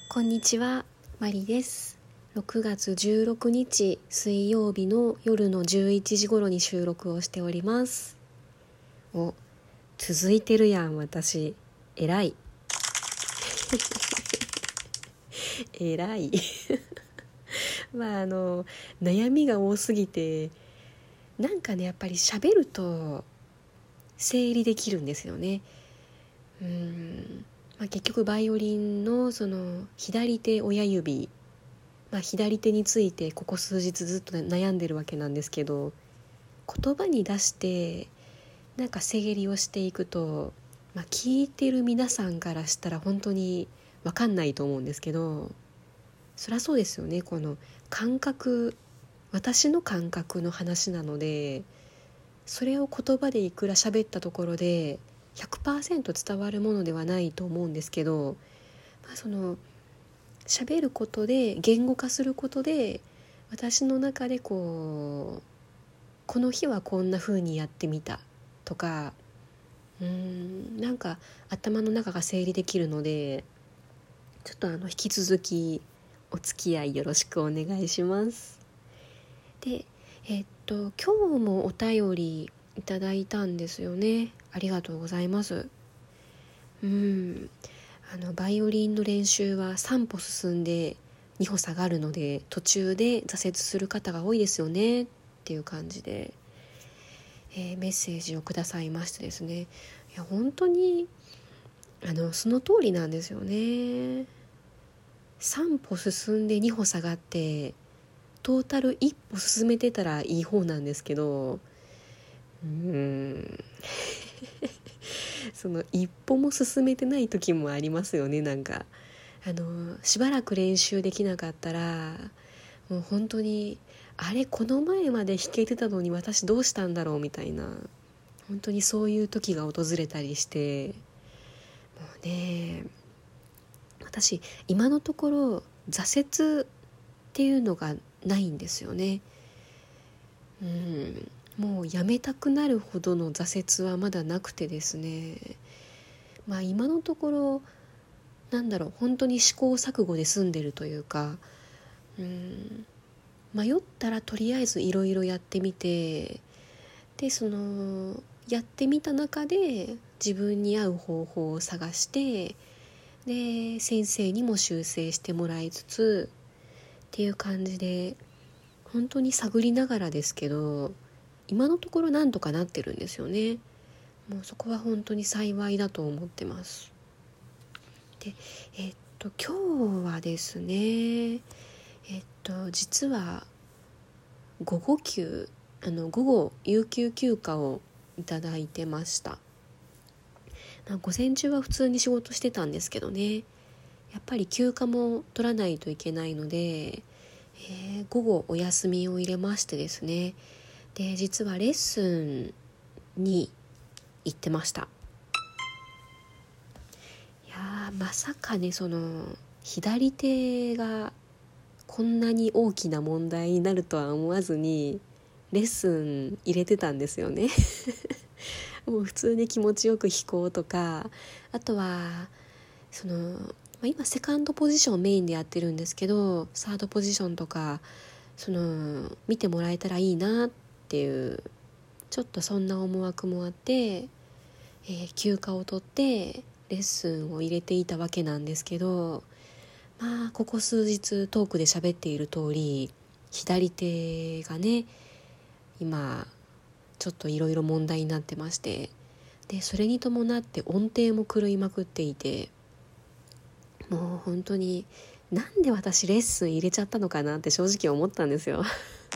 こんにちは、マリです。6月16日水曜日の夜の11時頃に収録をしております。続いてるやん、私。偉い。偉い。悩みが多すぎて、なんかね、やっぱり喋ると整理できるんですよね。結局バイオリンのその左手親指、左手についてここ数日ずっと悩んでるわけなんですけど、言葉に出してなんか整理をしていくと、聞いてる皆さんからしたら本当に分かんないと思うんですけど、そりゃそうですよね。この感覚、私の感覚の話なので、それを言葉でいくら喋ったところで100% 伝わるものではないと思うんですけど、その喋ることで言語化することで、私の中でこの日はこんな風にやってみたとか、なんか頭の中が整理できるので、ちょっと引き続きお付き合いよろしくお願いします。で、今日もお便りいただいたんですよね。ありがとうございます。バイオリンの練習は3歩進んで2歩下がるので、途中で挫折する方が多いですよねっていう感じで、メッセージをくださいましてですね。いや本当にその通りなんですよね。3歩進んで2歩下がってトータル1歩進めてたらいい方なんですけど、その一歩も進めてない時もありますよね。なんかしばらく練習できなかったら、もう本当にこの前まで弾けてたのに私どうしたんだろうみたいな、本当にそういう時が訪れたりして、もうね、私今のところ挫折っていうのがないんですよね。もうやめたくなるほどの挫折はまだなくてですね、今のところ本当に試行錯誤で済んでるというか、迷ったらとりあえずいろいろやってみて、でそのやってみた中で自分に合う方法を探して、で先生にも修正してもらいつつっていう感じで、本当に探りながらですけど、今のところなんとかなってるんですよね。もうそこは本当に幸いだと思ってます。で今日はですね、実は午後休午後有給休暇をいただいてました。午前中は普通に仕事してたんですけどね、やっぱり休暇も取らないといけないので、午後お休みを入れましてですね、で実はレッスンに行ってました。いやまさかね、その左手がこんなに大きな問題になるとは思わずにレッスン入れてたんですよね。もう普通に気持ちよく弾こうとか、あとは今セカンドポジションをメインでやってるんですけど、サードポジションとか見てもらえたらいいなっていう、ちょっとそんな思惑もあって、休暇を取ってレッスンを入れていたわけなんですけど、ここ数日トークで喋っている通り、左手がね今ちょっといろいろ問題になってまして、でそれに伴って音程も狂いまくっていて、もう本当になんで私レッスン入れちゃったのかなって正直思ったんですよ。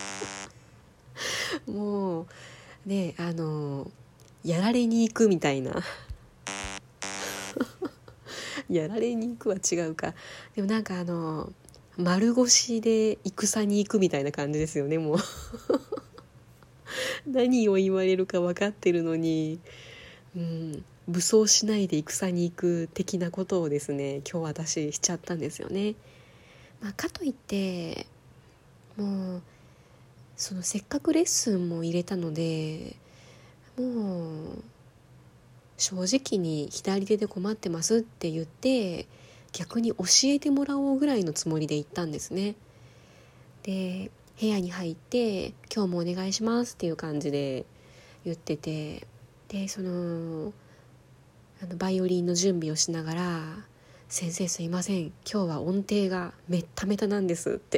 もうね、やられに行くみたいな。やられに行くは違うか。でも丸腰で戦に行くみたいな感じですよね。もう何を言われるか分かってるのに、武装しないで戦に行く的なことをですね、今日私しちゃったんですよね。かといってもうせっかくレッスンも入れたので、もう正直に左手で困ってますって言って、 逆に教えてもらおうぐらいのつもりで行ったんですね。で部屋に入って今日もお願いしますっていう感じで言ってて、でバイオリンの準備をしながら先生すいません今日は音程がめっためたなんですって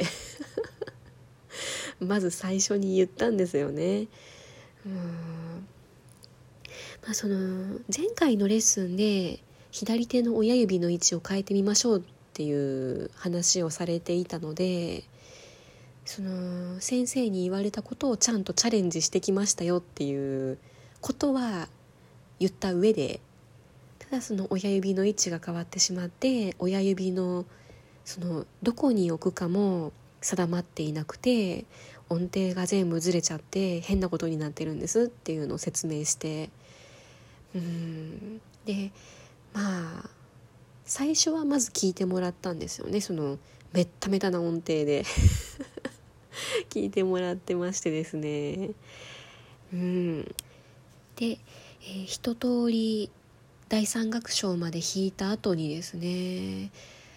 まず最初に言ったんですよね。前回のレッスンで左手の親指の位置を変えてみましょうっていう話をされていたので、先生に言われたことをちゃんとチャレンジしてきましたよっていうことは言った上で、ただその親指の位置が変わってしまって親指のどこに置くかも定まっていなくて音程が全部ずれちゃって変なことになってるんですっていうのを説明して、で最初はまず聞いてもらったんですよね。めっためたな音程で聞いてもらってましてですね。で、一通り第三楽章まで弾いた後にですね、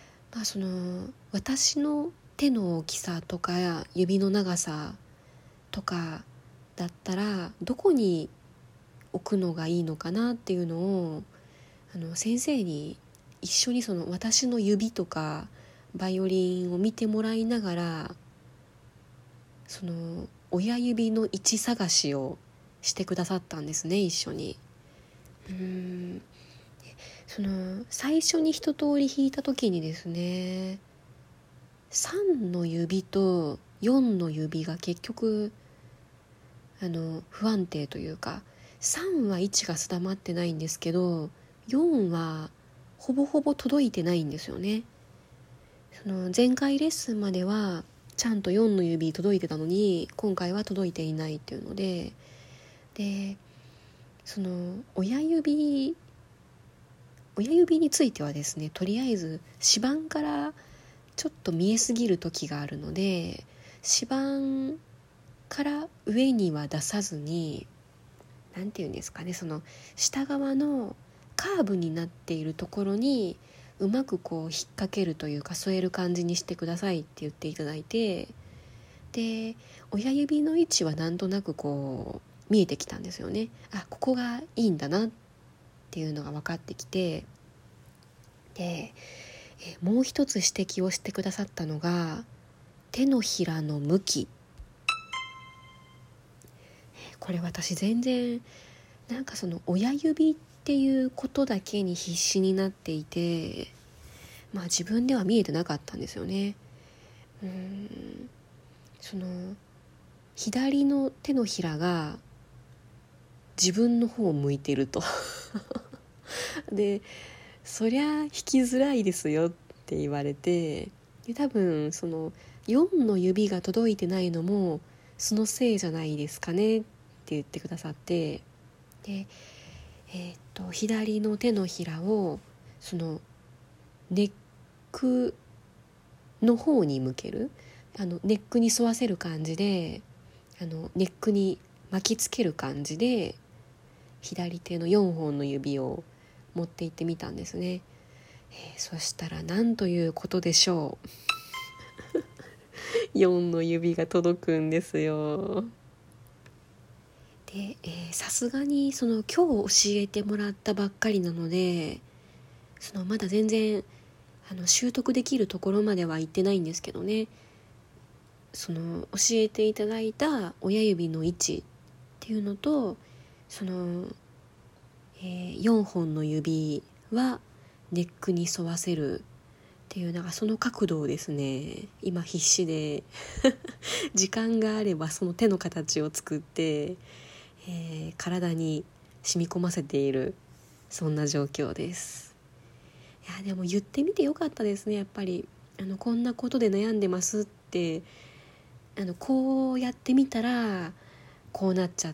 私の手の大きさとか指の長さとかだったらどこに置くのがいいのかなっていうのを先生に一緒に私の指とかバイオリンを見てもらいながら親指の位置探しをしてくださったんですね、一緒に。最初に一通り弾いた時にですね、3の指と4の指が結局不安定というか、3は位置が定まってないんですけど4はほぼほぼ届いてないんですよね。前回レッスンまではちゃんと4の指届いてたのに今回は届いていないっていうので、親指についてはですね、とりあえず指板からちょっと見えすぎる時があるので指板から上には出さずに、なんていうんですかね、下側のカーブになっているところにうまく引っ掛けるというか添える感じにしてくださいって言っていただいて、で親指の位置はなんとなく見えてきたんですよね。ここがいいんだなっていうのが分かってきて、でもう一つ指摘をしてくださったのが手のひらの向き。これ私全然親指っていうことだけに必死になっていて、自分では見えてなかったんですよね。左の手のひらが自分の方を向いてるとでそりゃ弾きづらいですよって言われて、で多分4の指が届いてないのもそのせいじゃないですかねって言ってくださって、で左の手のひらをネックの方に向ける、ネックに沿わせる感じでネックに巻きつける感じで左手の4本の指を持って行ってみたんですね。そしたらなんということでしょう4の指が届くんですよ。でさすがに今日教えてもらったばっかりなのでまだ全然習得できるところまでは行ってないんですけどね、教えていただいた親指の位置っていうのと4本の指はネックに沿わせるっていうその角度をですね今必死で時間があればその手の形を作って、体に染み込ませている、そんな状況です。いやでも言ってみてよかったですね。やっぱりこんなことで悩んでますってこうやってみたらこうなっちゃって、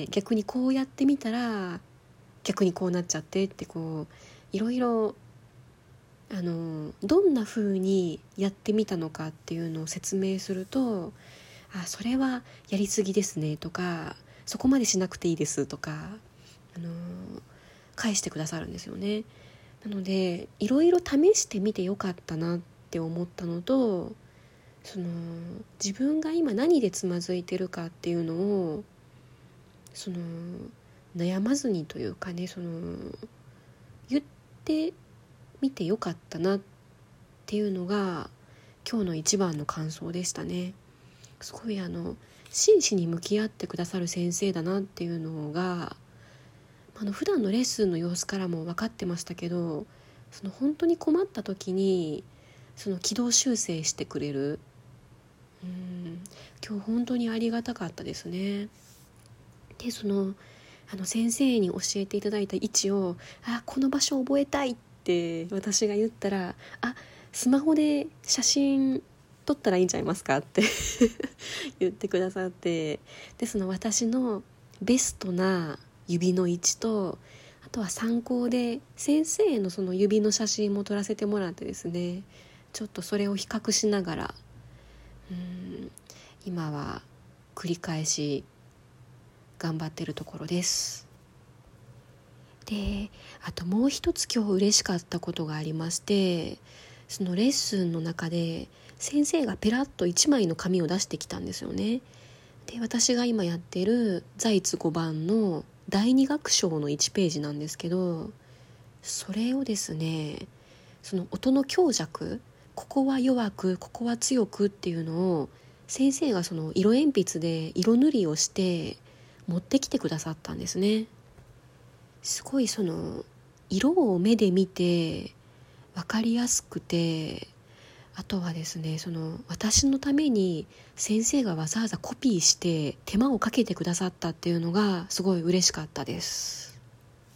逆にこうやってみたら逆にこうなっちゃってっていろいろどんな風にやってみたのかっていうのを説明すると、それはやりすぎですねとか、そこまでしなくていいですとか返してくださるんですよね。 なのでいろいろ試してみてよかったなって思ったのと、自分が今何でつまずいてるかっていうのを悩まずにというかね、言ってみてよかったなっていうのが今日の一番の感想でしたね。すごい真摯に向き合ってくださる先生だなっていうのが普段のレッスンの様子からも分かってましたけど、本当に困った時に軌道修正してくれる、今日本当にありがたかったですね。で先生に教えていただいた位置をこの場所を覚えたいって私が言ったら、スマホで写真撮ったらいいんちゃいますかって言ってくださって、で私のベストな指の位置と、あとは参考で先生のその指の写真も撮らせてもらってですね、ちょっとそれを比較しながら今は繰り返し頑張ってるところです。であともう一つ今日嬉しかったことがありまして、そのレッスンの中で先生がペラッと1枚の紙を出してきたんですよね。で私が今やってる財津5番の第2楽章の1ページなんですけど、それをですね、その音の強弱、ここは弱くここは強くっていうのを先生がその色鉛筆で色塗りをして持ってきてくださったんですね。すごい色を目で見て分かりやすくて、あとはですね私のために先生がわざわざコピーして手間をかけてくださったっていうのがすごい嬉しかったです。